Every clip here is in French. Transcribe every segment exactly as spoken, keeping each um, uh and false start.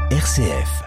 R C F.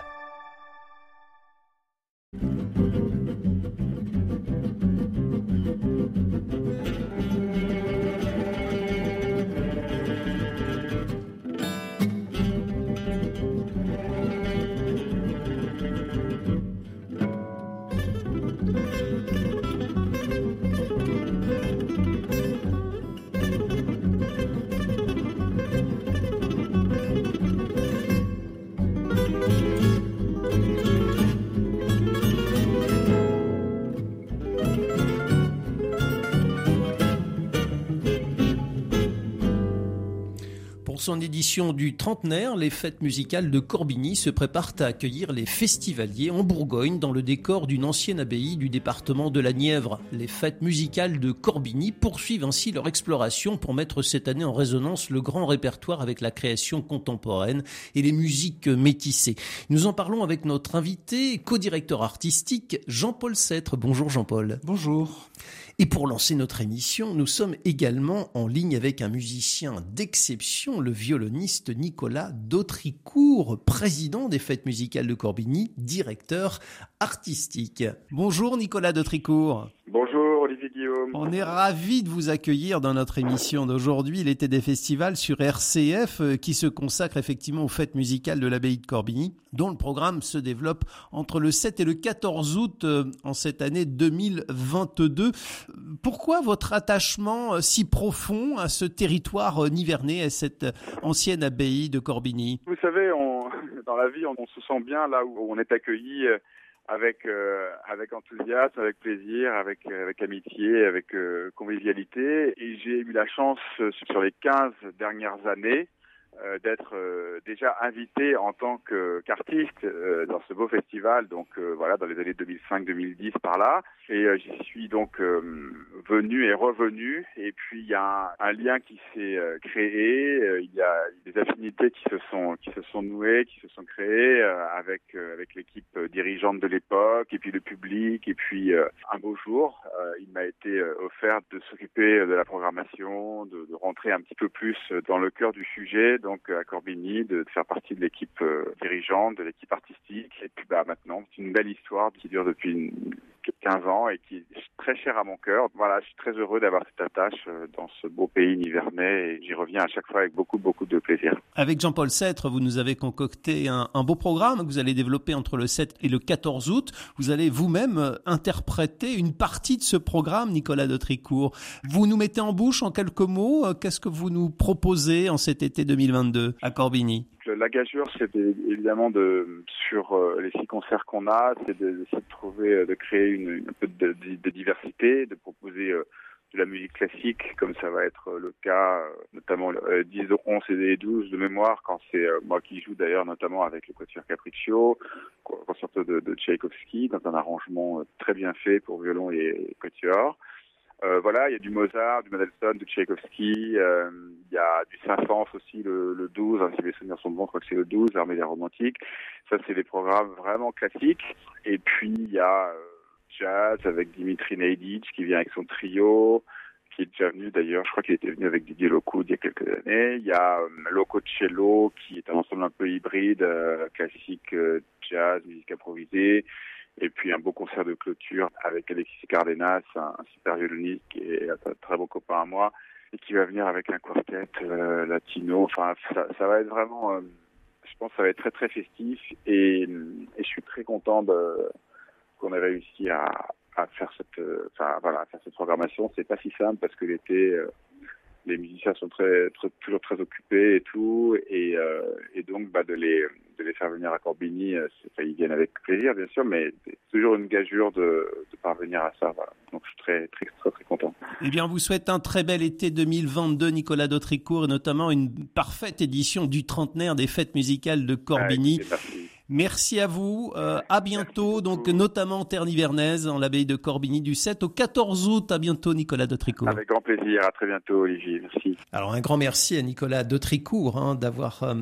Pour son édition du trentenaire, les fêtes musicales de Corbigny se préparent à accueillir les festivaliers en Bourgogne dans le décor d'une ancienne abbaye du département de la Nièvre. Les fêtes musicales de Corbigny poursuivent ainsi leur exploration pour mettre cette année en résonance le grand répertoire avec la création contemporaine et les musiques métissées. Nous en parlons avec notre invité, co-directeur artistique, Jean-Paul Sêtre. Bonjour Jean-Paul. Bonjour. Et pour lancer notre émission, nous sommes également en ligne avec un musicien d'exception, le violoniste Nicolas Dautricourt, président des Fêtes musicales de Corbigny, directeur artistique. Bonjour Nicolas Dautricourt. Bonjour Olivier Guillaume. On est ravis de vous accueillir dans notre émission d'aujourd'hui, l'été des festivals sur R C F, qui se consacre effectivement aux fêtes musicales de l'abbaye de Corbigny, dont le programme se développe entre le sept et le quatorze août en cette année deux mille vingt-deux. Pourquoi votre attachement si profond à ce territoire nivernais, à cette ancienne abbaye de Corbigny? Vous savez, on, dans la vie, on, on se sent bien là où on est accueilli avec euh, avec enthousiasme, avec plaisir, avec avec amitié, avec euh, convivialité. Et j'ai eu la chance sur les quinze dernières années euh, d'être euh, déjà invité en tant que qu'artiste euh, dans ce beau festival. Donc euh, voilà, dans les années deux mille cinq deux mille dix par là. Et euh, j'y suis donc euh, venu et revenu. Et puis il y a un, un lien qui s'est euh, créé. Euh, il y a des affinités qui se sont qui se sont nouées, qui se sont créées euh, avec euh, avec l'équipe dirigeante de l'époque, et puis le public. Et puis euh, un beau jour, euh, il m'a été euh, offert de s'occuper de la programmation, de, de rentrer un petit peu plus dans le cœur du sujet, donc à Corbigny, de, de faire partie de l'équipe euh, dirigeante, de l'équipe artistique. Et puis bah maintenant, c'est une belle histoire qui dure depuis une, quinze ans et qui est très cher à mon cœur. Voilà, je suis très heureux d'avoir cette attache dans ce beau pays nivernais et j'y reviens à chaque fois avec beaucoup, beaucoup de plaisir. Avec Jean-Paul Sêtre, vous nous avez concocté un, un beau programme que vous allez développer entre le sept et le quatorze août. Vous allez vous-même interpréter une partie de ce programme, Nicolas Dautricourt. Vous nous mettez en bouche en quelques mots. Qu'est-ce que vous nous proposez en cet été deux mille vingt-deux à Corbigny? La gageure, c'est évidemment de sur euh, les six concerts qu'on a, c'est d'essayer de, de trouver, de créer une, une un peu de, de, de diversité, de proposer euh, de la musique classique, comme ça va être le cas, euh, notamment euh, dix, onze et douze de mémoire, quand c'est euh, moi qui joue d'ailleurs, notamment avec le Quatuor Capriccio, concerto de, de Tchaïkovski, dans un arrangement très bien fait pour violon et quatuor. Euh, voilà, il y a du Mozart, du Mendelssohn, du Tchaïkovski, euh, il y a du Saint-Saëns aussi, le, le douze, hein, si mes souvenirs sont bons, je crois que c'est le douze, l'Arménie romantique. Ça, c'est des programmes vraiment classiques. Et puis, il y a euh, jazz avec Dimitri Neidich qui vient avec son trio, qui est déjà venu d'ailleurs, je crois qu'il était venu avec Didier Locoud il y a quelques années. Il y a euh, Loco Cello, qui est un ensemble un peu hybride, euh, classique, euh, jazz, musique improvisée. Et puis un beau concert de clôture avec Alexis Cardenas, un, un super violoniste qui est un très bon copain à moi et qui va venir avec un quartet euh, latino. Enfin, ça, ça va être vraiment, euh, je pense, que ça va être très très festif et, et je suis très content de, qu'on ait réussi à, à faire cette, enfin voilà, à faire cette programmation. C'est pas si simple parce que l'été, euh, les musiciens sont très, très toujours très occupés et tout, et, euh, et donc bah de les de les faire venir à Corbigny, enfin, ils viennent avec plaisir bien sûr, mais c'est toujours une gageure de, de parvenir à ça. Voilà. Donc je suis très très très très content. Eh bien, on vous souhaite un très bel été deux mille vingt-deux, Nicolas Dautricourt, et notamment une parfaite édition du trentenaire des Fêtes musicales de Corbigny. Ah, merci. Merci à vous, euh, à bientôt, donc notamment en terre nivernaise, en l'abbaye de Corbigny du sept au quatorze août. À bientôt Nicolas Dautricourt. Avec grand plaisir, à très bientôt Olivier, merci. Alors un grand merci à Nicolas Dautricourt hein, d'avoir euh, pris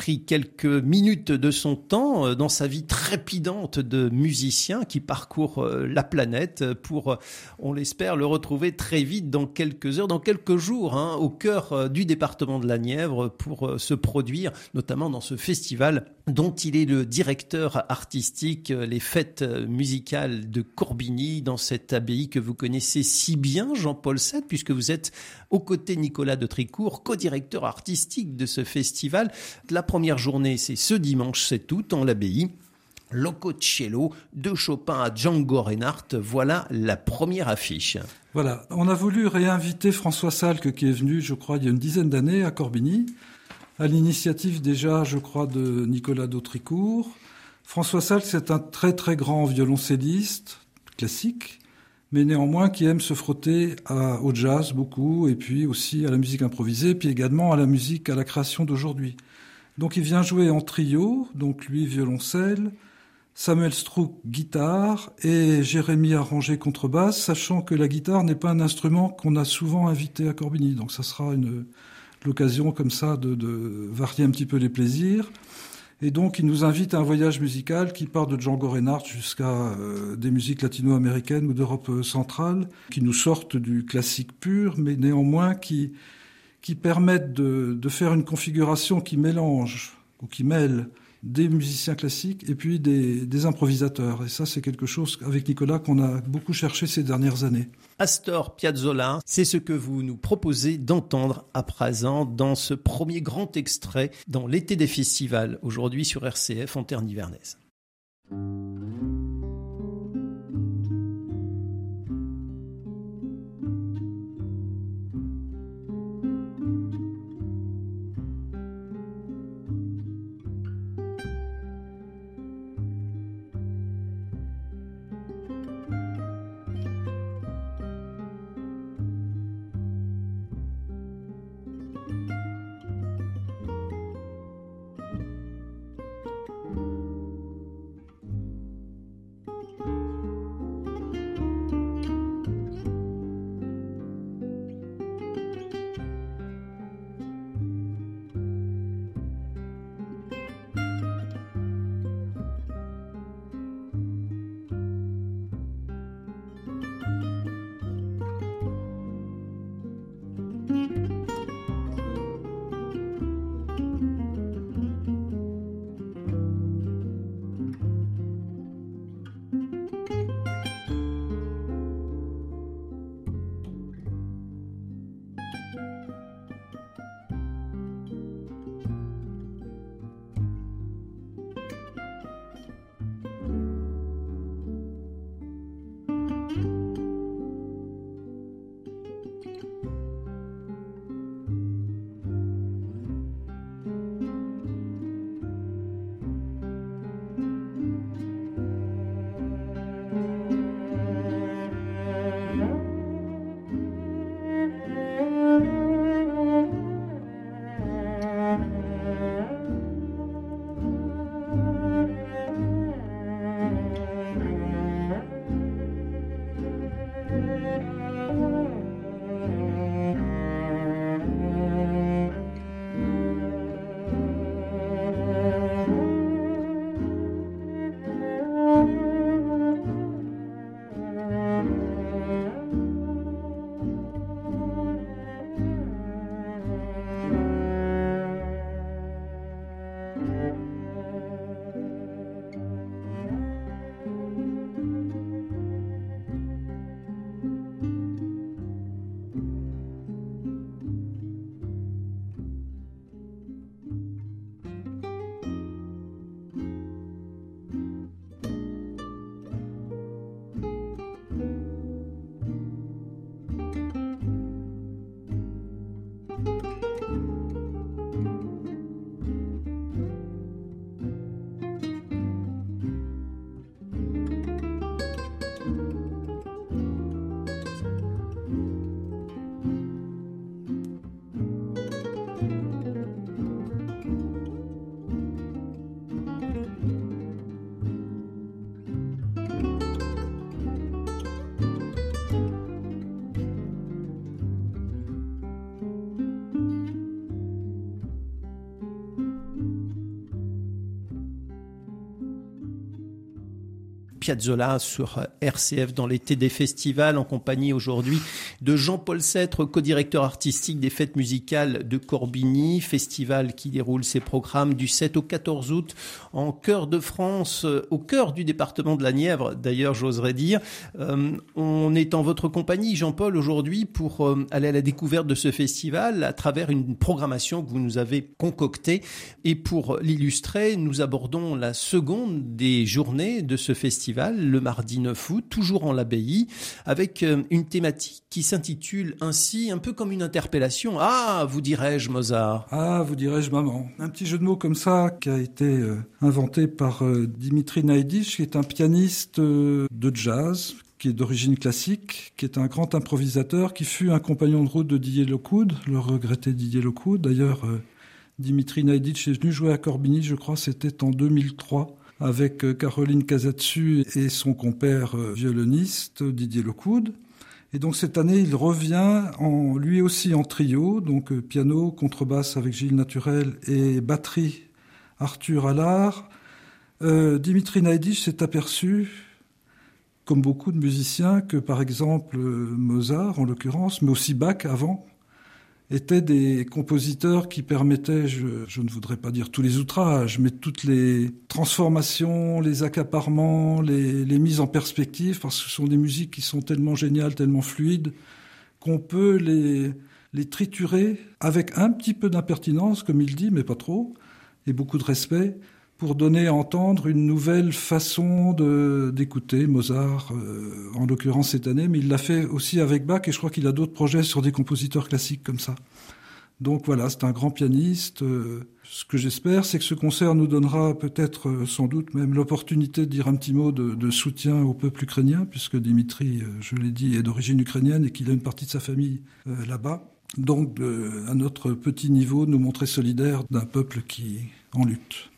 pris quelques minutes de son temps dans sa vie trépidante de musicien qui parcourt la planète pour, on l'espère, le retrouver très vite dans quelques heures, dans quelques jours, hein, au cœur du département de la Nièvre pour se produire, notamment dans ce festival dont il est le directeur artistique, les fêtes musicales de Corbigny, dans cette abbaye que vous connaissez si bien, Jean-Paul Sette, puisque vous êtes aux côtés de Nicolas de Tricourt, co-directeur artistique de ce festival. La première journée, c'est ce dimanche sept août en l'abbaye. Lococello, de Chopin à Django Reinhardt, voilà la première affiche. Voilà, on a voulu réinviter François Salk qui est venu, je crois, il y a une dizaine d'années à Corbigny, à l'initiative déjà, je crois, de Nicolas d'Autricourt. François Salk, c'est un très très grand violoncelliste classique, mais néanmoins qui aime se frotter à, au jazz beaucoup, et puis aussi à la musique improvisée, puis également à la musique, à la création d'aujourd'hui. Donc il vient jouer en trio, donc lui violoncelle, Samuel Strouk guitare et Jérémy Arrangé contrebasse, sachant que la guitare n'est pas un instrument qu'on a souvent invité à Corbigny. Donc ça sera une, l'occasion comme ça de, de varier un petit peu les plaisirs. Et donc il nous invite à un voyage musical qui part de Django Reinhardt jusqu'à euh, des musiques latino-américaines ou d'Europe centrale, qui nous sortent du classique pur, mais néanmoins qui, qui permettent de, de faire une configuration qui mélange ou qui mêle des musiciens classiques et puis des, des improvisateurs. Et ça, c'est quelque chose avec Nicolas qu'on a beaucoup cherché ces dernières années. Astor Piazzolla, c'est ce que vous nous proposez d'entendre à présent dans ce premier grand extrait dans l'été des festivals, aujourd'hui sur R C F en terre nivernaise. Piazzolla sur R C F dans l'été des festivals, en compagnie aujourd'hui de Jean-Paul Sêtre, co-directeur artistique des fêtes musicales de Corbigny, festival qui déroule ses programmes du sept au quatorze août en cœur de France, au cœur du département de la Nièvre, d'ailleurs j'oserais dire. Euh, on est en votre compagnie, Jean-Paul, aujourd'hui pour euh, aller à la découverte de ce festival à travers une programmation que vous nous avez concoctée. Et pour l'illustrer, nous abordons la seconde des journées de ce festival, le mardi neuf août, toujours en l'abbaye, avec une thématique qui s'intitule ainsi, un peu comme une interpellation. Ah, vous dirais-je, Mozart. Ah, vous dirais-je, maman. Un petit jeu de mots comme ça qui a été euh, inventé par euh, Dimitri Naïditch, qui est un pianiste euh, de jazz, qui est d'origine classique, qui est un grand improvisateur, qui fut un compagnon de route de Didier Lockwood, le regretté Didier Lockwood. D'ailleurs, euh, Dimitri Naïditch est venu jouer à Corbigny, je crois, c'était en deux mille trois. Avec Caroline Casatsu et son compère violoniste Didier Lockwood. Et donc cette année, il revient en, lui aussi en trio, donc piano, contrebasse avec Gilles Naturel et batterie Arthur Allard. Euh, Dimitri Naïditch s'est aperçu, comme beaucoup de musiciens, que par exemple Mozart en l'occurrence, mais aussi Bach avant, étaient des compositeurs qui permettaient, je, je ne voudrais pas dire tous les outrages, mais toutes les transformations, les accaparements, les, les mises en perspective, parce que ce sont des musiques qui sont tellement géniales, tellement fluides, qu'on peut les, les triturer avec un petit peu d'impertinence, comme il dit, mais pas trop, et beaucoup de respect, pour donner à entendre une nouvelle façon de, d'écouter Mozart, euh, en l'occurrence cette année, mais il l'a fait aussi avec Bach, et je crois qu'il a d'autres projets sur des compositeurs classiques comme ça. Donc voilà, c'est un grand pianiste. Euh, ce que j'espère, c'est que ce concert nous donnera peut-être, euh, sans doute même, l'opportunité de dire un petit mot de, de soutien au peuple ukrainien, puisque Dimitri, euh, je l'ai dit, est d'origine ukrainienne et qu'il a une partie de sa famille euh, là-bas. Donc, de, à notre petit niveau, nous montrer solidaires d'un peuple qui en lutte.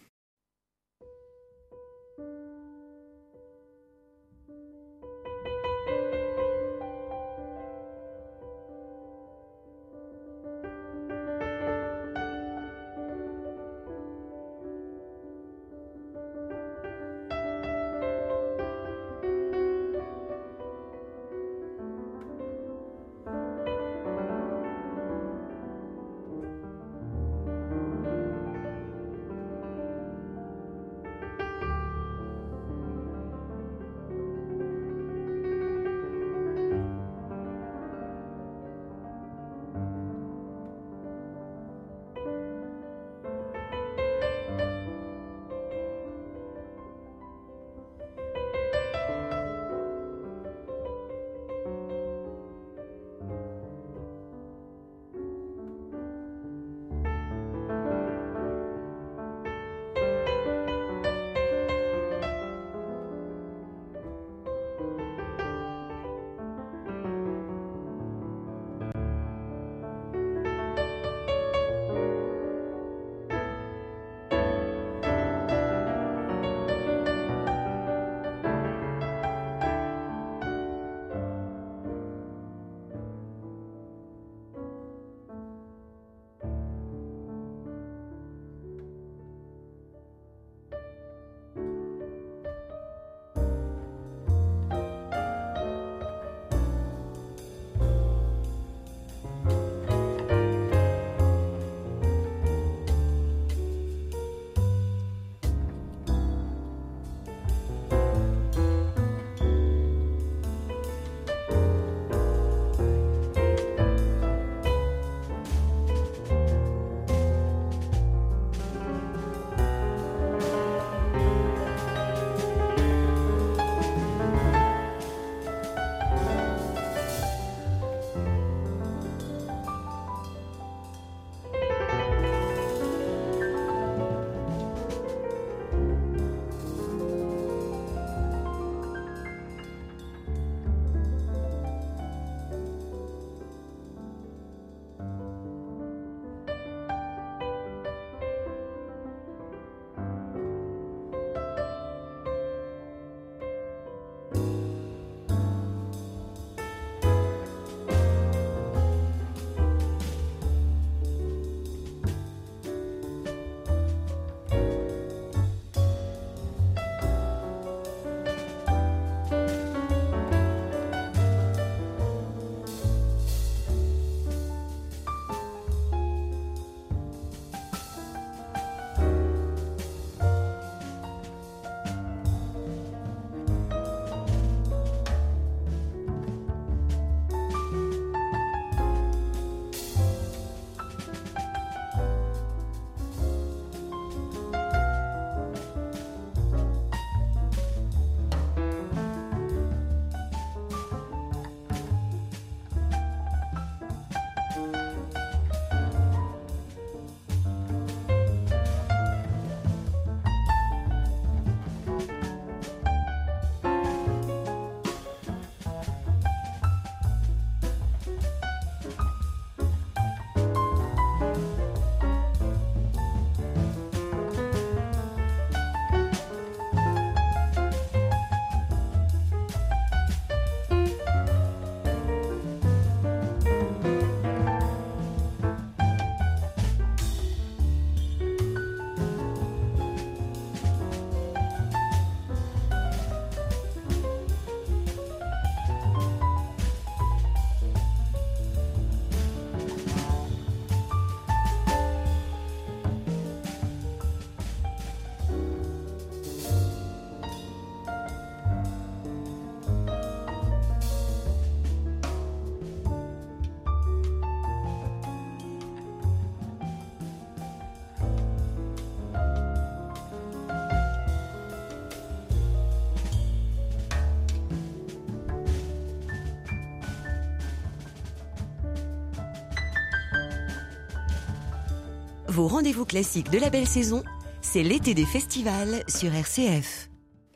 Vos rendez-vous classiques de la belle saison, c'est l'été des festivals sur R C F.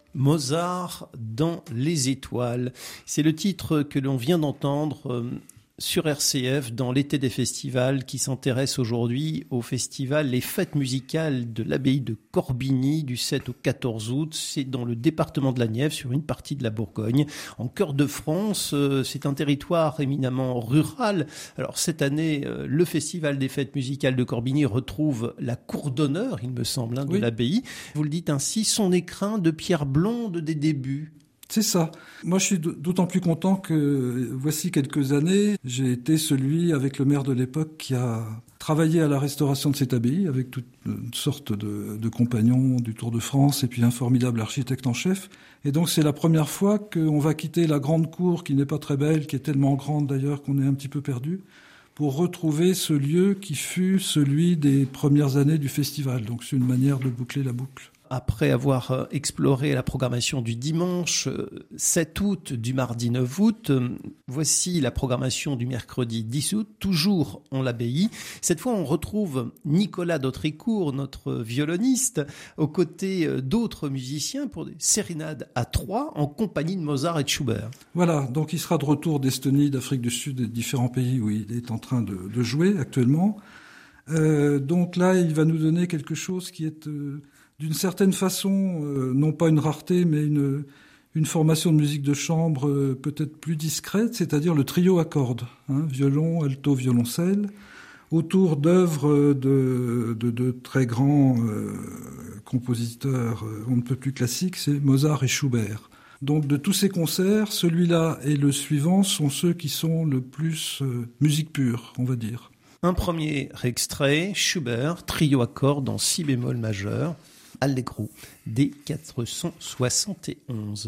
Mozart dans les étoiles. C'est le titre que l'on vient d'entendre sur R C F dans l'été des festivals qui s'intéresse aujourd'hui au festival Les Fêtes musicales de l'abbaye de Corbigny du sept au quatorze août. C'est dans le département de la Nièvre, sur une partie de la Bourgogne. En cœur de France, c'est un territoire éminemment rural. Alors cette année, le festival des Fêtes musicales de Corbigny retrouve la cour d'honneur, il me semble, hein, de oui. l'abbaye. Vous le dites ainsi, son écrin de pierre blonde des débuts. C'est ça. Moi, je suis d'autant plus content que, voici quelques années, j'ai été celui, avec le maire de l'époque, qui a travaillé à la restauration de cette abbaye, avec toute une sorte de, de compagnons du Tour de France, et puis un formidable architecte en chef. Et donc, c'est la première fois qu'on va quitter la grande cour, qui n'est pas très belle, qui est tellement grande d'ailleurs qu'on est un petit peu perdu, pour retrouver ce lieu qui fut celui des premières années du festival. Donc, c'est une manière de boucler la boucle. Après avoir exploré la programmation du dimanche sept août, du mardi neuf août, voici la programmation du mercredi dix août, toujours en l'abbaye. Cette fois, on retrouve Nicolas d'Autricourt, notre violoniste, aux côtés d'autres musiciens pour des sérénades à trois en compagnie de Mozart et de Schubert. Voilà, donc il sera de retour d'Estonie, d'Afrique du Sud et de différents pays où il est en train de, de jouer actuellement. Euh, donc là, il va nous donner quelque chose qui est... Euh, d'une certaine façon, euh, non pas une rareté, mais une, une formation de musique de chambre euh, peut-être plus discrète, c'est-à-dire le trio à cordes, hein, violon, alto, violoncelle, autour d'œuvres de, de, de très grands euh, compositeurs, euh, on ne peut plus classiques, c'est Mozart et Schubert. Donc de tous ces concerts, celui-là et le suivant sont ceux qui sont le plus euh, musique pure, on va dire. Un premier extrait, Schubert, trio à cordes en si bémol majeur, Allegro, D quatre cent soixante et onze.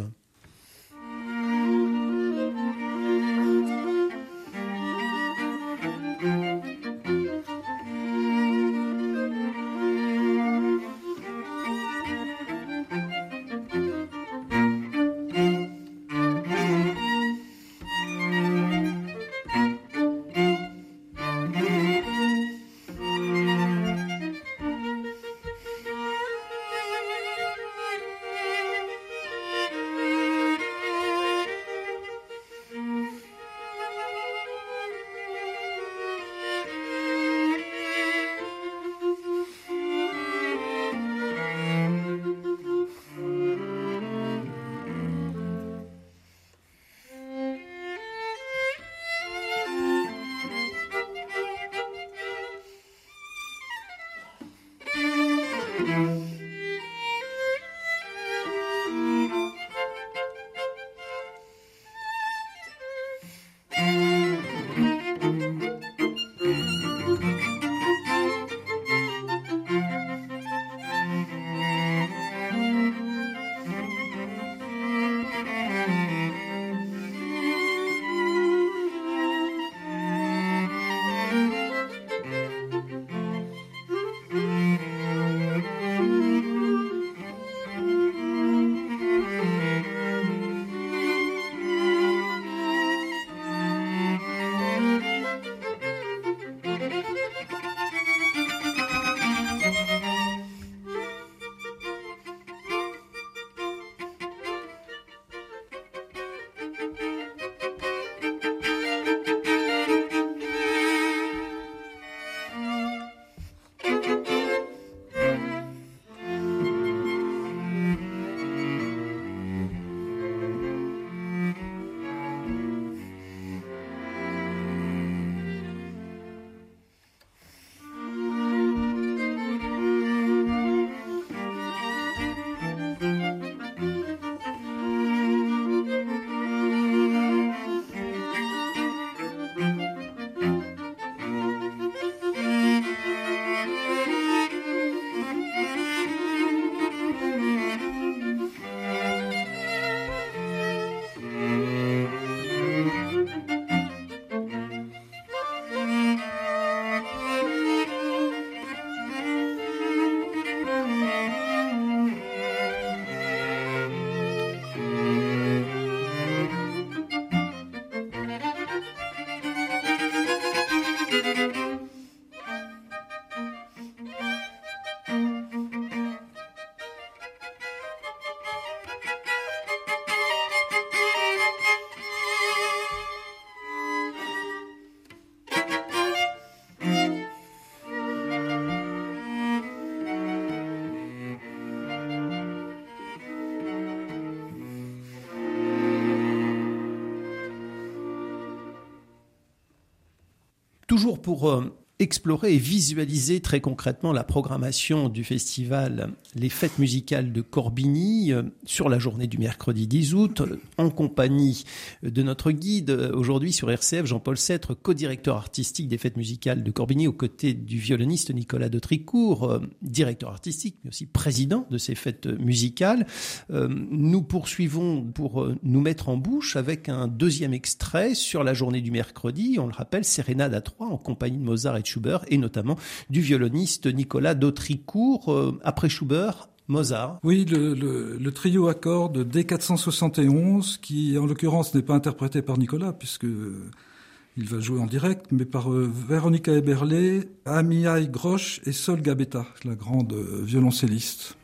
Toujours pour euh, explorer et visualiser très concrètement la programmation du festival Les Fêtes musicales de Corbigny euh, sur la journée du mercredi dix août, en compagnie de notre guide euh, aujourd'hui sur R C F, Jean-Paul Sêtre, co-directeur artistique des Fêtes musicales de Corbigny, aux côtés du violoniste Nicolas Dautricourt, euh, directeur artistique, mais aussi président de ces fêtes musicales. Euh, nous poursuivons pour euh, nous mettre en bouche avec un deuxième extrait sur la journée du mercredi, on le rappelle, Sérénade à trois en compagnie de Mozart et de Schubert, et notamment du violoniste Nicolas Dautricourt. Euh, après Schubert, Mozart. Oui, le, le, le trio à cordes D quatre cent soixante et onze, qui en l'occurrence n'est pas interprété par Nicolas, puisque il va jouer en direct, mais par euh, Véronica Eberle, Amihai Grosch et Sol Gabetta, la grande euh, violoncelliste.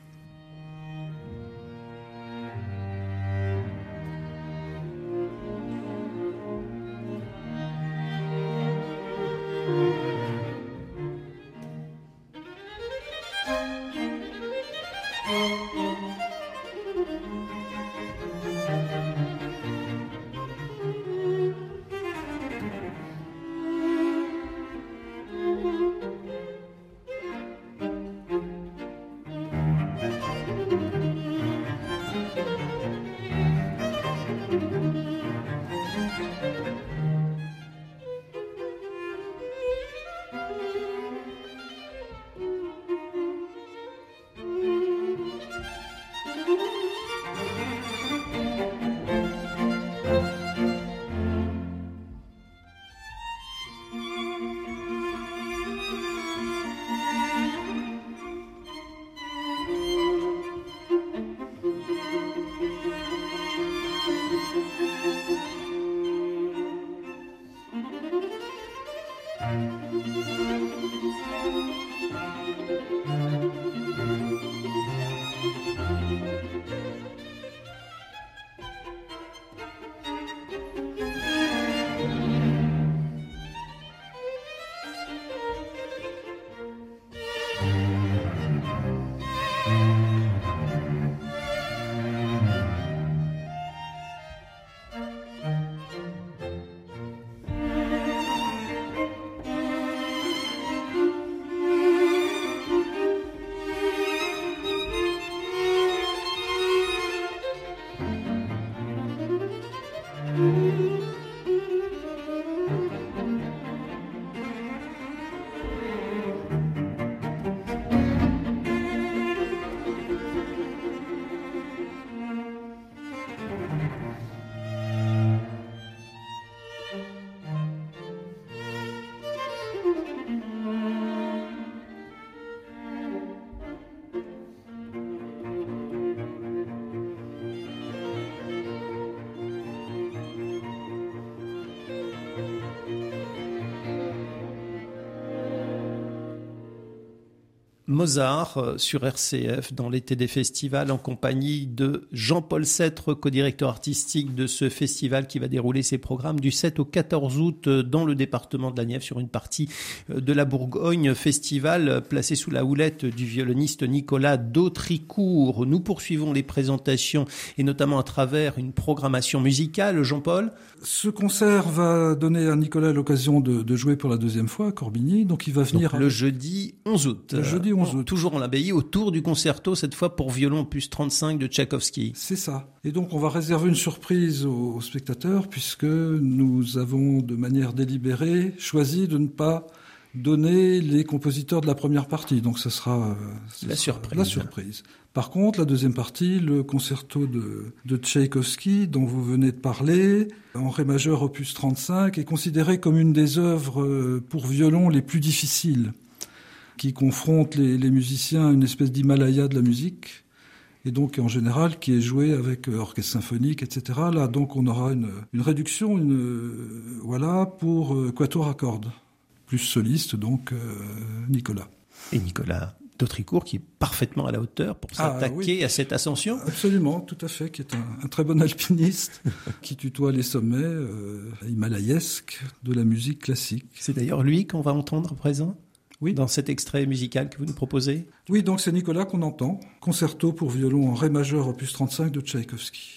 Mozart sur R C F dans l'été des festivals en compagnie de Jean-Paul Sêtre, co-directeur artistique de ce festival qui va dérouler ses programmes du sept au quatorze août dans le département de la Nièvre sur une partie de la Bourgogne. Festival placé sous la houlette du violoniste Nicolas Dautricourt. Nous poursuivons les présentations et notamment à travers une programmation musicale. Jean-Paul ? Ce concert va donner à Nicolas l'occasion de, de jouer pour la deuxième fois à Corbigny. Donc il va venir donc, le jeudi onze août. Le jeudi onze août. Toujours en l'abbaye, autour du concerto, cette fois pour violon opus trente-cinq de Tchaïkovski. C'est ça. Et donc on va réserver une surprise aux, aux spectateurs, puisque nous avons de manière délibérée choisi de ne pas donner les compositeurs de la première partie. Donc ce sera, ce la, sera surprise. la surprise. Par contre, la deuxième partie, le concerto de, de Tchaïkovski, dont vous venez de parler, en ré majeur opus trente-cinq, est considéré comme une des œuvres pour violon les plus difficiles, qui confronte les, les musiciens à une espèce d'Himalaya de la musique, et donc en général qui est joué avec orchestre symphonique, et cetera. Là, donc, on aura une, une réduction, une euh, voilà, pour euh, quatuor à cordes, plus soliste, donc euh, Nicolas. Et Nicolas Dautricourt, qui est parfaitement à la hauteur pour s'attaquer ah, oui. à cette ascension. Absolument, tout à fait, qui est un, un très bon alpiniste, qui tutoie les sommets euh, himalayesques de la musique classique. C'est d'ailleurs lui qu'on va entendre à présent ? Oui. Dans cet extrait musical que vous nous proposez ? Oui, donc c'est Nicolas qu'on entend. Concerto pour violon en ré majeur opus trente-cinq de Tchaïkovski.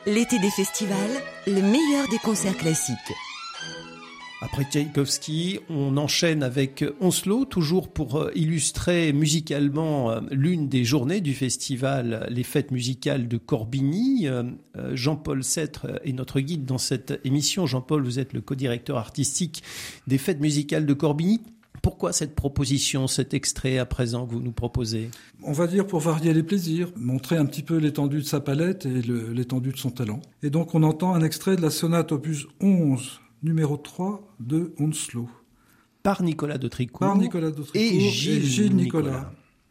L'été des festivals, le meilleur des concerts classiques. Après Tchaïkovski, on enchaîne avec Onslow, toujours pour illustrer musicalement l'une des journées du festival, les fêtes musicales de Corbigny. Jean-Paul Sêtre est notre guide dans cette émission. Jean-Paul, vous êtes le co-directeur artistique des fêtes musicales de Corbigny. Pourquoi cette proposition, cet extrait à présent que vous nous proposez ? On va dire pour varier les plaisirs, montrer un petit peu l'étendue de sa palette et le, l'étendue de son talent. Et donc on entend un extrait de la sonate opus onze, numéro trois de Onslow. Par Nicolas Dautricourt. Par Nicolas Dautricourt et Gilles, et Gilles Nicolas. Nicolas.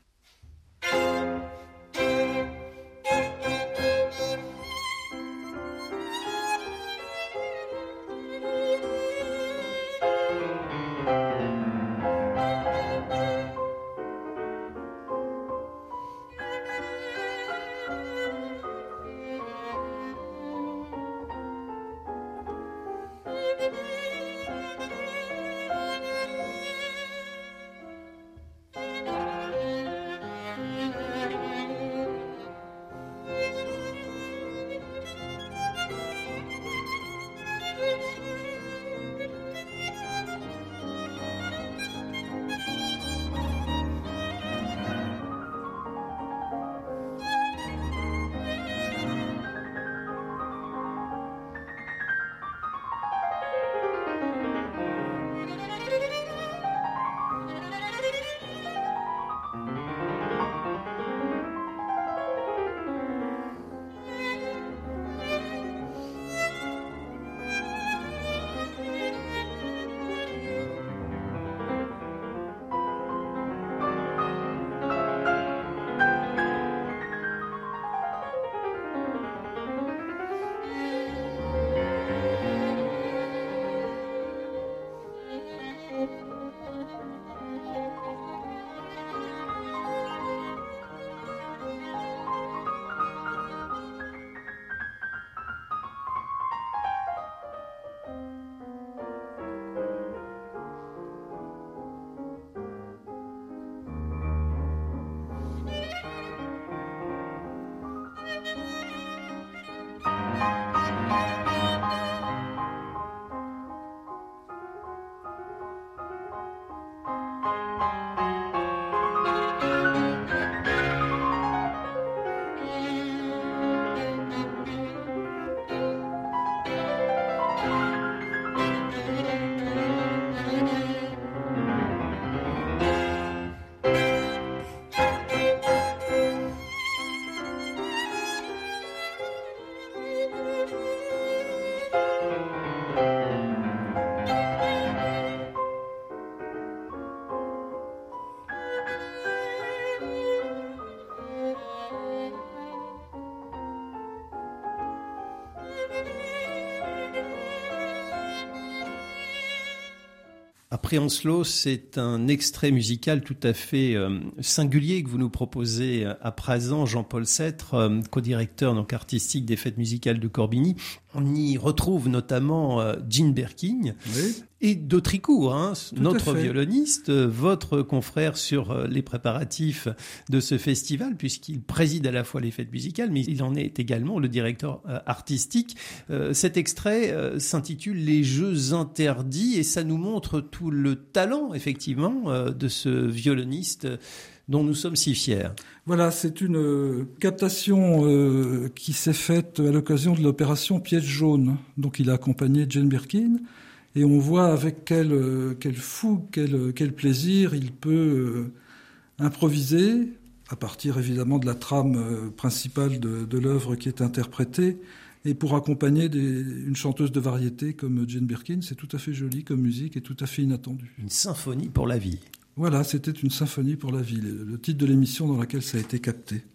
Après Onslow, c'est un extrait musical tout à fait euh, singulier que vous nous proposez à présent, Jean-Paul Sêtre, euh, co-directeur donc artistique des fêtes musicales de Corbigny. On y retrouve notamment euh, Gene Birkin Oui. et Dautricourt, hein, Tout notre violoniste, euh, votre confrère sur euh, les préparatifs de ce festival, puisqu'il préside à la fois les fêtes musicales, mais il en est également le directeur euh, artistique. Euh, cet extrait euh, s'intitule « Les Jeux interdits » et ça nous montre tout le talent, effectivement, euh, de ce violoniste euh, dont nous sommes si fiers. Voilà, c'est une euh, captation euh, qui s'est faite à l'occasion de l'opération Pièce jaune. Donc il a accompagné Gene Birkin et on voit avec quel, euh, quel fougue, quel, quel plaisir il peut euh, improviser, à partir évidemment de la trame euh, principale de, de l'œuvre qui est interprétée, et pour accompagner des, une chanteuse de variété comme Gene Birkin. C'est tout à fait joli comme musique et tout à fait inattendu. Une symphonie pour la vie. Voilà, c'était une symphonie pour la vie, le titre de l'émission dans laquelle ça a été capté.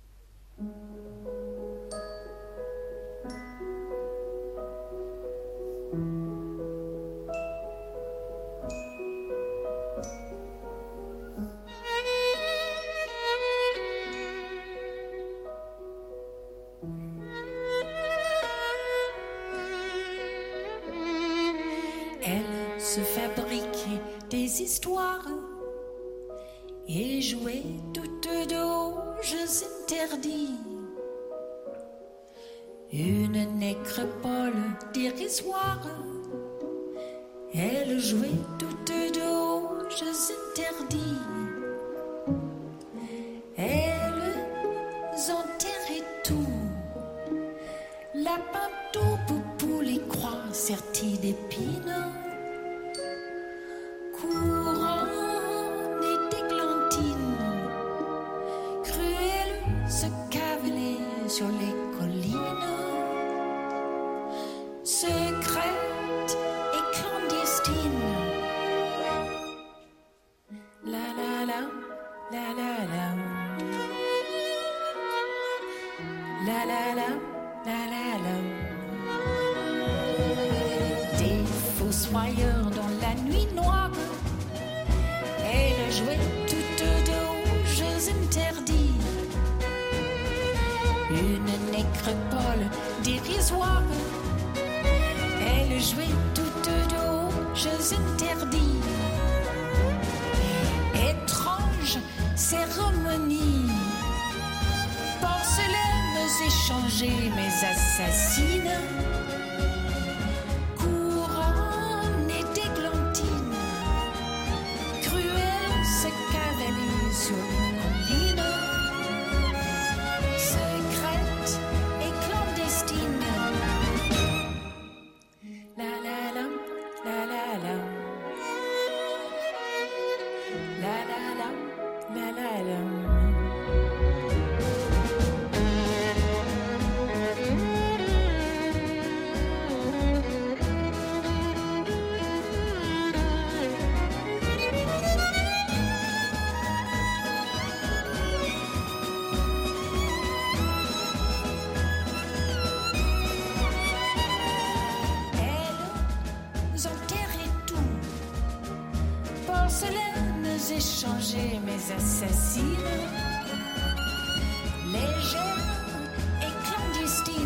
Elle se fabriquait des histoires et jouait toutes d'aux jeux interdits. Une nécropole dérisoire, elle jouait toutes deux aux jeux interdits. Elles enterraient tout, lapin, taupe, poule et croix serties d'épines, couronne et d'églantines, cruelles se cavalaient sur les collines, secrète et clandestine. La la la, la la la. La la la, la la la. Des fossoyeurs dans la nuit noire, elles jouaient toutes deux aux jeux interdits. Une nécropole dérisoire, elles jouaient toutes deux aux jeux interdits. Étrange cérémonie, porcelaines échangées mais assassines, couronne et d'églantines, cruelles se cavalaient sur les collines, secrètes et clandestines. La la la, la la la. La la la, la la la. Elles enterraient tout, porcelaines échangées mais assassines, légères et clandestines.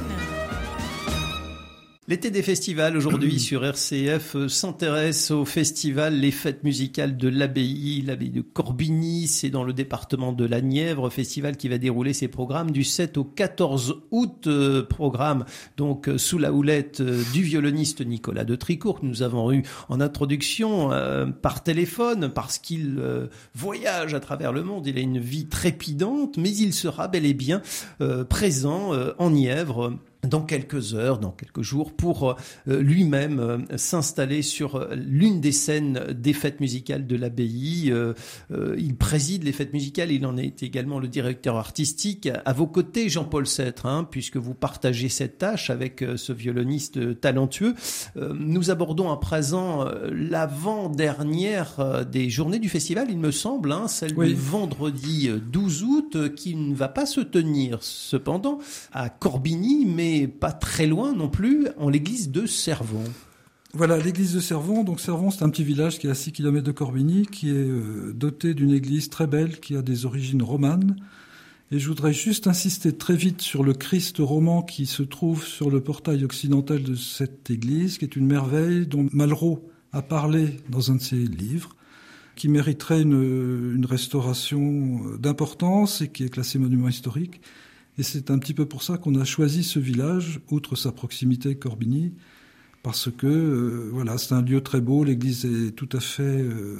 L'été des festivals aujourd'hui sur R C F s'intéresse au festival Les Fêtes musicales de l'Abbaye, l'Abbaye de Corbigny, c'est dans le département de la Nièvre, festival qui va dérouler ses programmes du sept au quatorze août, euh, programme donc euh, sous la houlette euh, du violoniste Nicolas de Tricourt que nous avons eu en introduction euh, par téléphone parce qu'il euh, voyage à travers le monde, il a une vie trépidante, mais il sera bel et bien euh, présent euh, en Nièvre dans quelques heures, dans quelques jours, pour euh, lui-même euh, s'installer sur euh, l'une des scènes des fêtes musicales de l'abbaye. Euh, euh, il préside les fêtes musicales, il en est également le directeur artistique. À vos côtés, Jean-Paul Sêtre, hein, puisque vous partagez cette tâche avec euh, ce violoniste talentueux. Euh, nous abordons à présent euh, l'avant-dernière euh, des journées du festival, il me semble, hein, celle oui. du vendredi douze août, euh, qui ne va pas se tenir cependant à Corbigny, mais pas très loin non plus, en l'église de Cervon. Voilà, l'église de Cervon. Donc Cervon, c'est un petit village qui est à six kilomètres de Corbigny, qui est euh, doté d'une église très belle, qui a des origines romanes. Et je voudrais juste insister très vite sur le Christ roman qui se trouve sur le portail occidental de cette église, qui est une merveille dont Malraux a parlé dans un de ses livres, qui mériterait une, une restauration d'importance et qui est classé monument historique. Et c'est un petit peu pour ça qu'on a choisi ce village, outre sa proximité avec Corbigny, parce que euh, voilà, c'est un lieu très beau, l'église est tout à fait euh,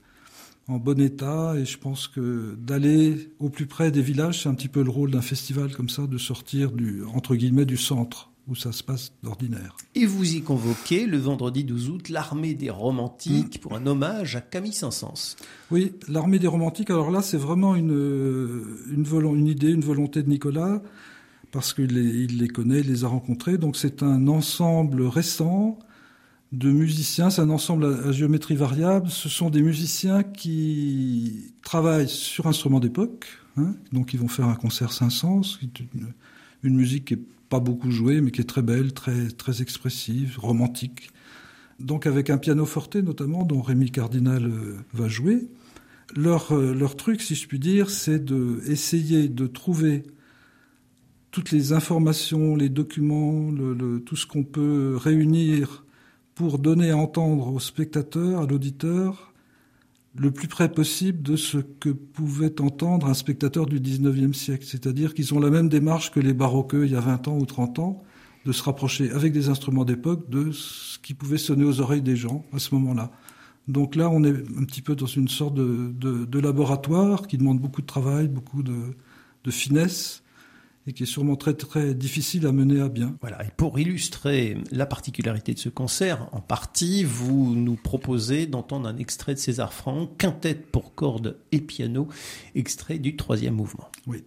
en bon état, et je pense que d'aller au plus près des villages, c'est un petit peu le rôle d'un festival comme ça, de sortir du, entre guillemets, du centre, où ça se passe d'ordinaire. Et vous y convoquez, le vendredi douze août, l'Armée des Romantiques, mmh. pour un hommage à Camille Saint-Saëns. Oui, l'Armée des Romantiques, alors là, c'est vraiment une, une, volo- une idée, une volonté de Nicolas, parce qu'il les, il les connaît, il les a rencontrés. Donc c'est un ensemble récent de musiciens, c'est un ensemble à, à géométrie variable. Ce sont des musiciens qui travaillent sur instruments d'époque, hein, donc ils vont faire un concert Saint-Saëns, une, une musique qui est pas beaucoup jouée, mais qui est très belle, très, très expressive, romantique. Donc avec un piano forte notamment, dont Rémi Cardinal euh, va jouer. Leur, euh, leur truc, si je puis dire, c'est d'essayer de trouver toutes les informations, les documents, le, le, tout ce qu'on peut réunir pour donner à entendre au spectateur, à l'auditeur, le plus près possible de ce que pouvait entendre un spectateur du dix-neuvième siècle. C'est-à-dire qu'ils ont la même démarche que les baroqueux il y a vingt ans ou trente ans. de se rapprocher avec des instruments d'époque de ce qui pouvait sonner aux oreilles des gens à ce moment-là. Donc là, on est un petit peu dans une sorte de, de, de laboratoire qui demande beaucoup de travail, beaucoup de, de finesse, et qui est sûrement très très difficile à mener à bien. Voilà. Et pour illustrer la particularité de ce concert, en partie, vous nous proposez d'entendre un extrait de César Franck, quintette pour cordes et piano, extrait du troisième mouvement. Oui.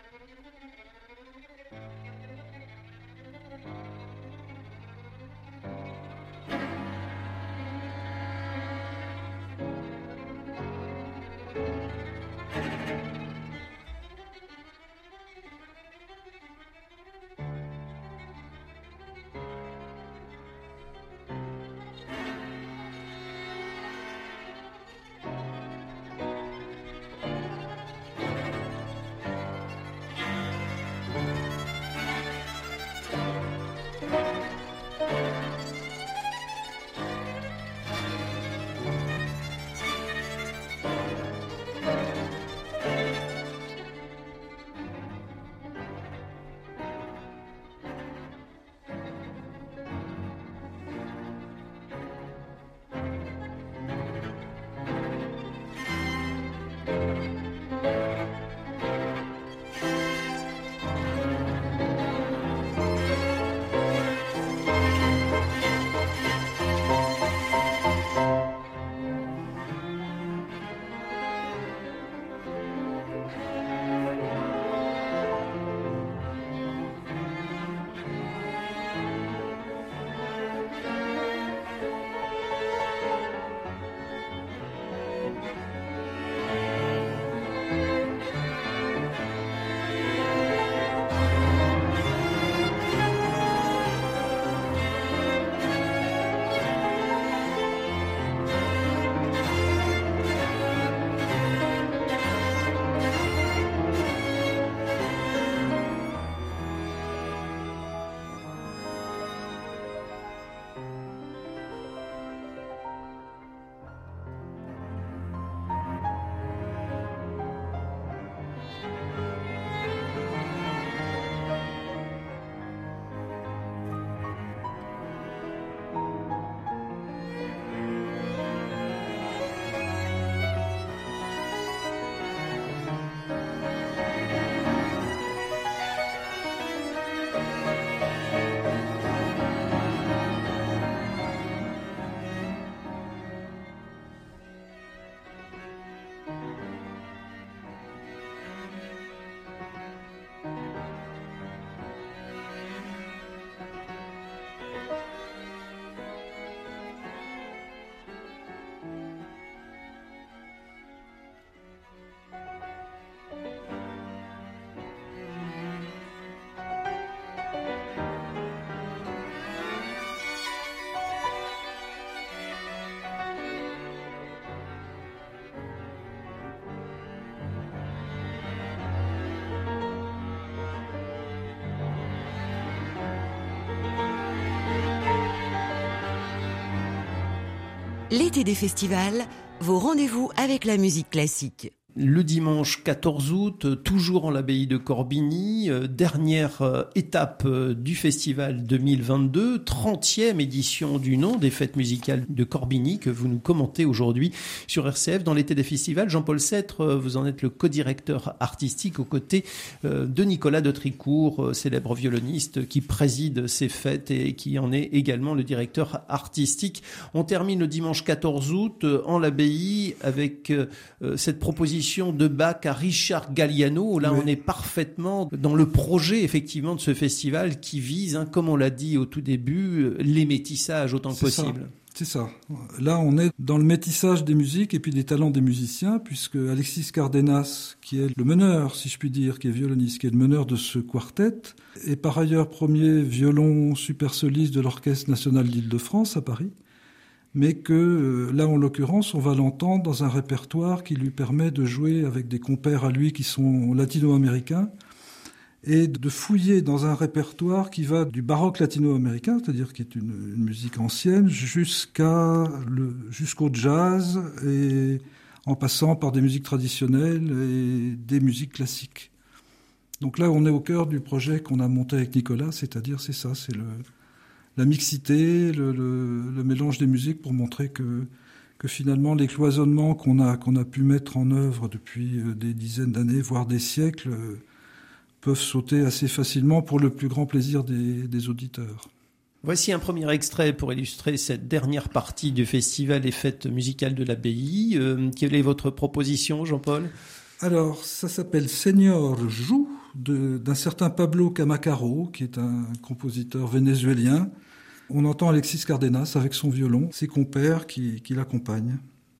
L'été des festivals, vos rendez-vous avec la musique classique. Le dimanche quatorze août, toujours en l'abbaye de Corbigny, euh, dernière euh, étape euh, du festival deux mille vingt-deux, trentième édition du nom des fêtes musicales de Corbigny que vous nous commentez aujourd'hui sur R C F dans l'été des festivals. Jean-Paul Sêtre, euh, vous en êtes le co-directeur artistique aux côtés euh, de Nicolas d'Autricourt, euh, célèbre violoniste qui préside ces fêtes et qui en est également le directeur artistique. On termine le dimanche quatorze août euh, en l'abbaye avec euh, cette proposition de Bach à Richard Galliano. Là, oui. On est parfaitement dans le projet, effectivement, de ce festival qui vise, hein, comme on l'a dit au tout début, les métissages autant que C'est possible. Ça. C'est ça. Là, on est dans le métissage des musiques et puis des talents des musiciens, puisque Alexis Cardenas, qui est le meneur, si je puis dire, qui est violoniste, qui est le meneur de ce quartet, est par ailleurs premier violon super soliste de l'Orchestre national d'Île-de-France à Paris, mais que là, en l'occurrence, on va l'entendre dans un répertoire qui lui permet de jouer avec des compères à lui qui sont latino-américains et de fouiller dans un répertoire qui va du baroque latino-américain, c'est-à-dire qui est une, une musique ancienne, jusqu'à le, jusqu'au jazz, et en passant par des musiques traditionnelles et des musiques classiques. Donc là, on est au cœur du projet qu'on a monté avec Nicolas, c'est-à-dire, c'est ça, c'est le, la mixité, le, le, le mélange des musiques pour montrer que, que finalement, les cloisonnements qu'on a, qu'on a pu mettre en œuvre depuis des dizaines d'années, voire des siècles, peuvent sauter assez facilement pour le plus grand plaisir des, des auditeurs. Voici un premier extrait pour illustrer cette dernière partie du festival et fêtes musicales de l'abbaye. Euh, quelle est votre proposition, Jean-Paul ? Alors, ça s'appelle Señor joue, de, d'un certain Pablo Camacaro, qui est un compositeur vénézuélien. On entend Alexis Cardenas avec son violon, ses compères qui, qui l'accompagnent.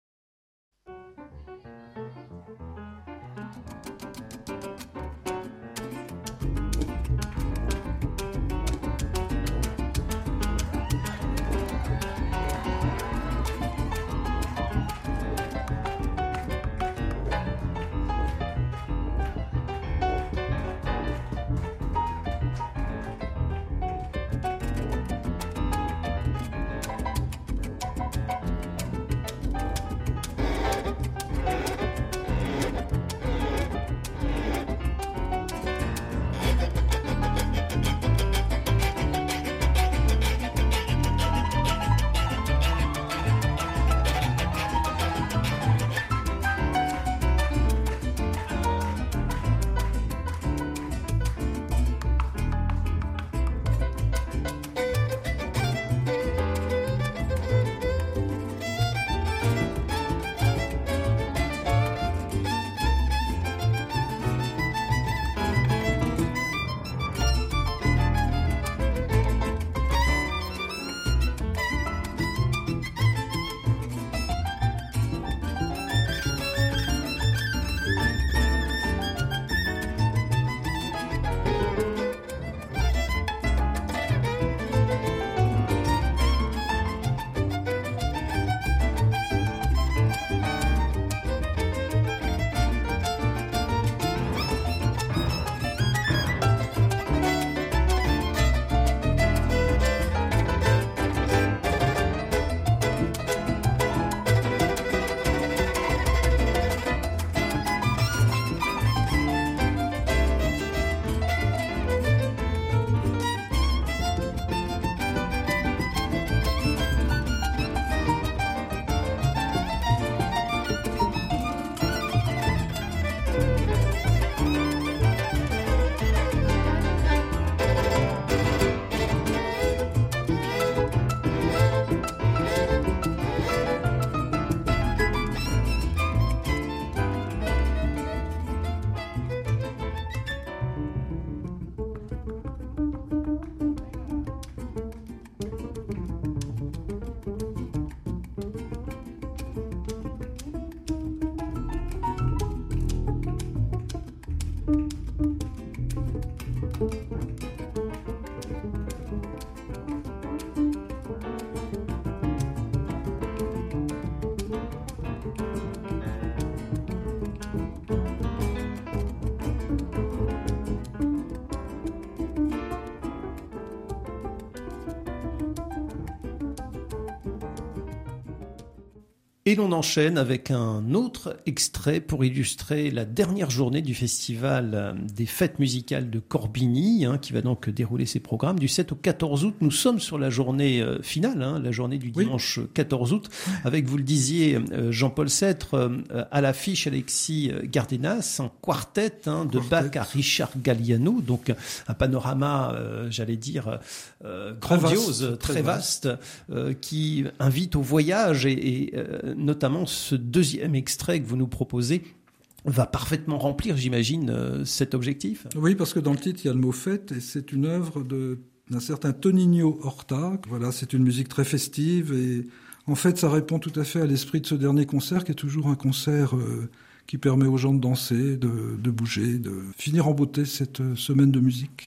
Et l'on enchaîne avec un autre extrait pour illustrer la dernière journée du festival des fêtes musicales de Corbigny, hein, qui va donc dérouler ses programmes du sept au quatorze août. Nous sommes sur la journée euh, finale, hein, la journée du dimanche oui. quatorze août, avec, vous le disiez, euh, Jean-Paul Sêtre, euh, à l'affiche Alexis Cardenas, en quartet, hein, de quartet. Bach à Richard Galliano, donc un panorama, euh, j'allais dire, euh, grandiose, très vaste, très vaste euh, qui invite au voyage et, et euh, notamment ce deuxième extrait que vous nous proposez va parfaitement remplir, j'imagine, euh, cet objectif. Oui, parce que dans le titre, il y a le mot fête et c'est une œuvre de, d'un certain Toninho Horta. Voilà, c'est une musique très festive et en fait, ça répond tout à fait à l'esprit de ce dernier concert qui est toujours un concert euh, qui permet aux gens de danser, de, de bouger, de finir en beauté cette euh, semaine de musique.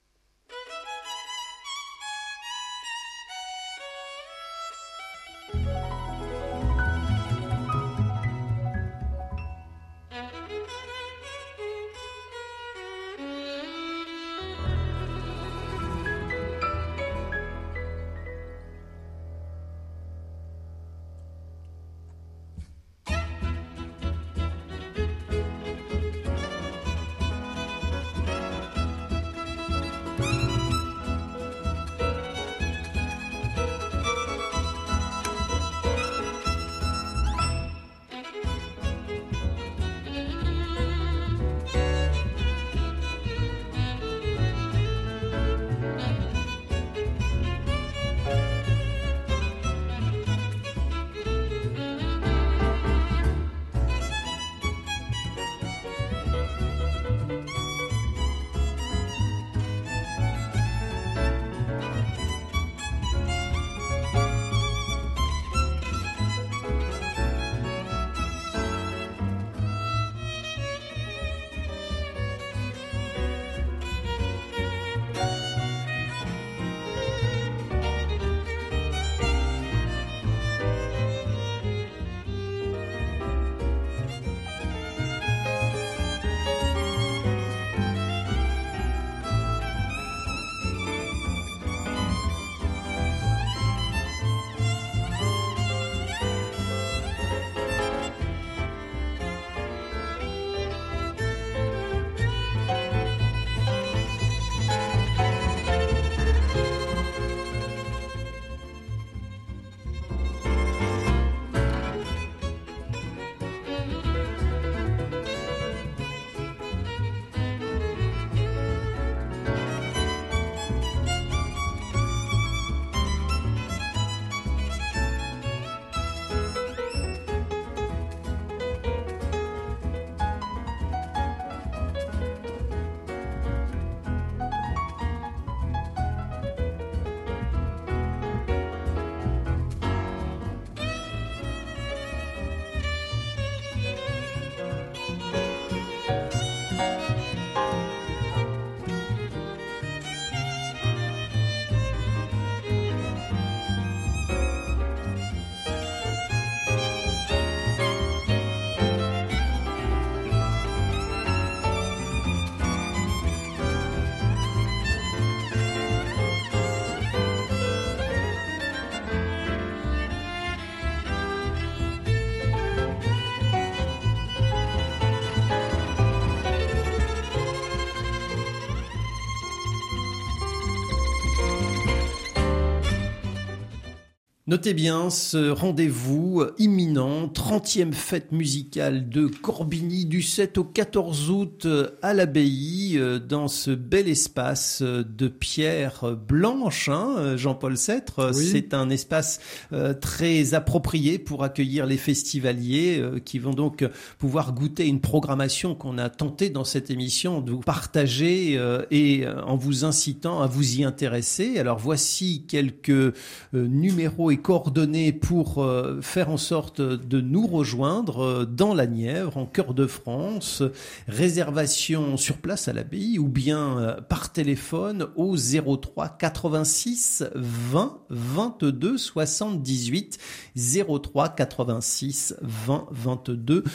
Notez bien ce rendez-vous imminent, trentième fête musicale de Corbigny du sept au quatorze août à l'Abbaye, dans ce bel espace de pierre blanche, hein, Jean-Paul Sêtre. Oui. C'est un espace euh, très approprié pour accueillir les festivaliers euh, qui vont donc pouvoir goûter une programmation qu'on a tenté dans cette émission de vous partager euh, et euh, en vous incitant à vous y intéresser. Alors voici quelques euh, numéros et coordonnées pour euh, faire en sorte de nous rejoindre euh, dans la Nièvre, en cœur de France. Réservation sur place à l'abbaye ou bien euh, par téléphone au zéro trois quatre-vingt-six vingt vingt-deux soixante-dix-huit zéro trois quatre-vingt-six vingt vingt-deux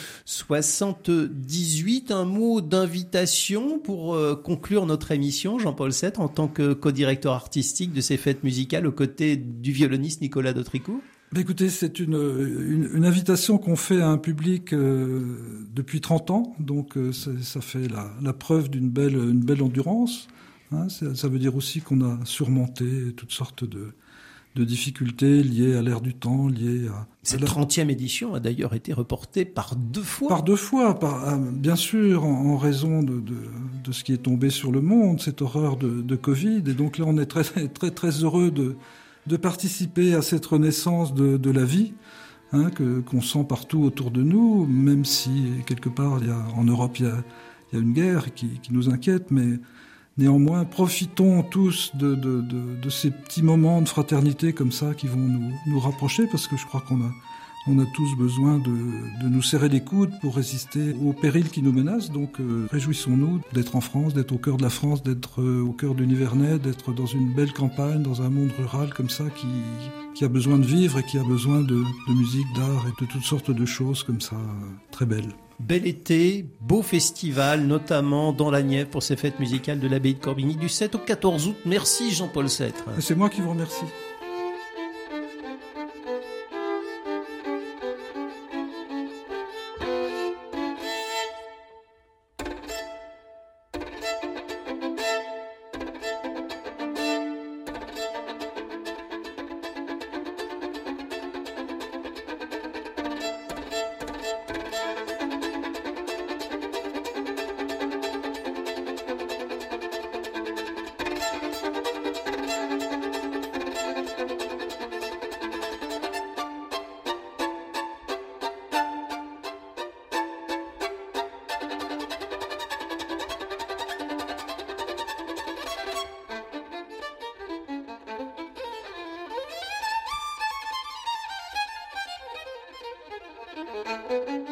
soixante-dix-huit. Un mot d'invitation pour euh, conclure notre émission, Jean-Paul Sêtre, en tant que co-directeur artistique de ces fêtes musicales aux côtés du violoniste Nicolas Dautricourt. Écoutez, c'est une, une, une invitation qu'on fait à un public euh, depuis trente ans, donc euh, ça, ça fait la, la preuve d'une belle, une belle endurance. Hein, ça, ça veut dire aussi qu'on a surmonté toutes sortes de, de difficultés liées à l'ère du temps, liées à... Cette trentième édition a d'ailleurs été reportée par deux fois. Par deux fois, par, bien sûr, en, en raison de, de, de ce qui est tombé sur le monde, cette horreur de, de Covid. Et donc là, on est très, très, très heureux de... de participer à cette renaissance de, de la vie, hein, que, qu'on sent partout autour de nous, même si quelque part, il y a, en Europe, il y a, il y a une guerre qui, qui nous inquiète, mais néanmoins, profitons tous de, de, de, de ces petits moments de fraternité comme ça qui vont nous, nous rapprocher, parce que je crois qu'on a, on a tous besoin de, de nous serrer les coudes pour résister aux périls qui nous menacent. Donc euh, réjouissons-nous d'être en France, d'être au cœur de la France, d'être euh, au cœur du Nivernais, d'être dans une belle campagne, dans un monde rural comme ça qui, qui a besoin de vivre et qui a besoin de, de musique, d'art et de toutes sortes de choses comme ça, euh, très belles. Bel été, beau festival, notamment dans la Nièvre pour ces fêtes musicales de l'abbaye de Corbigny du sept au quatorze août. Merci Jean-Paul Sêtre. C'est moi qui vous remercie. Thank you.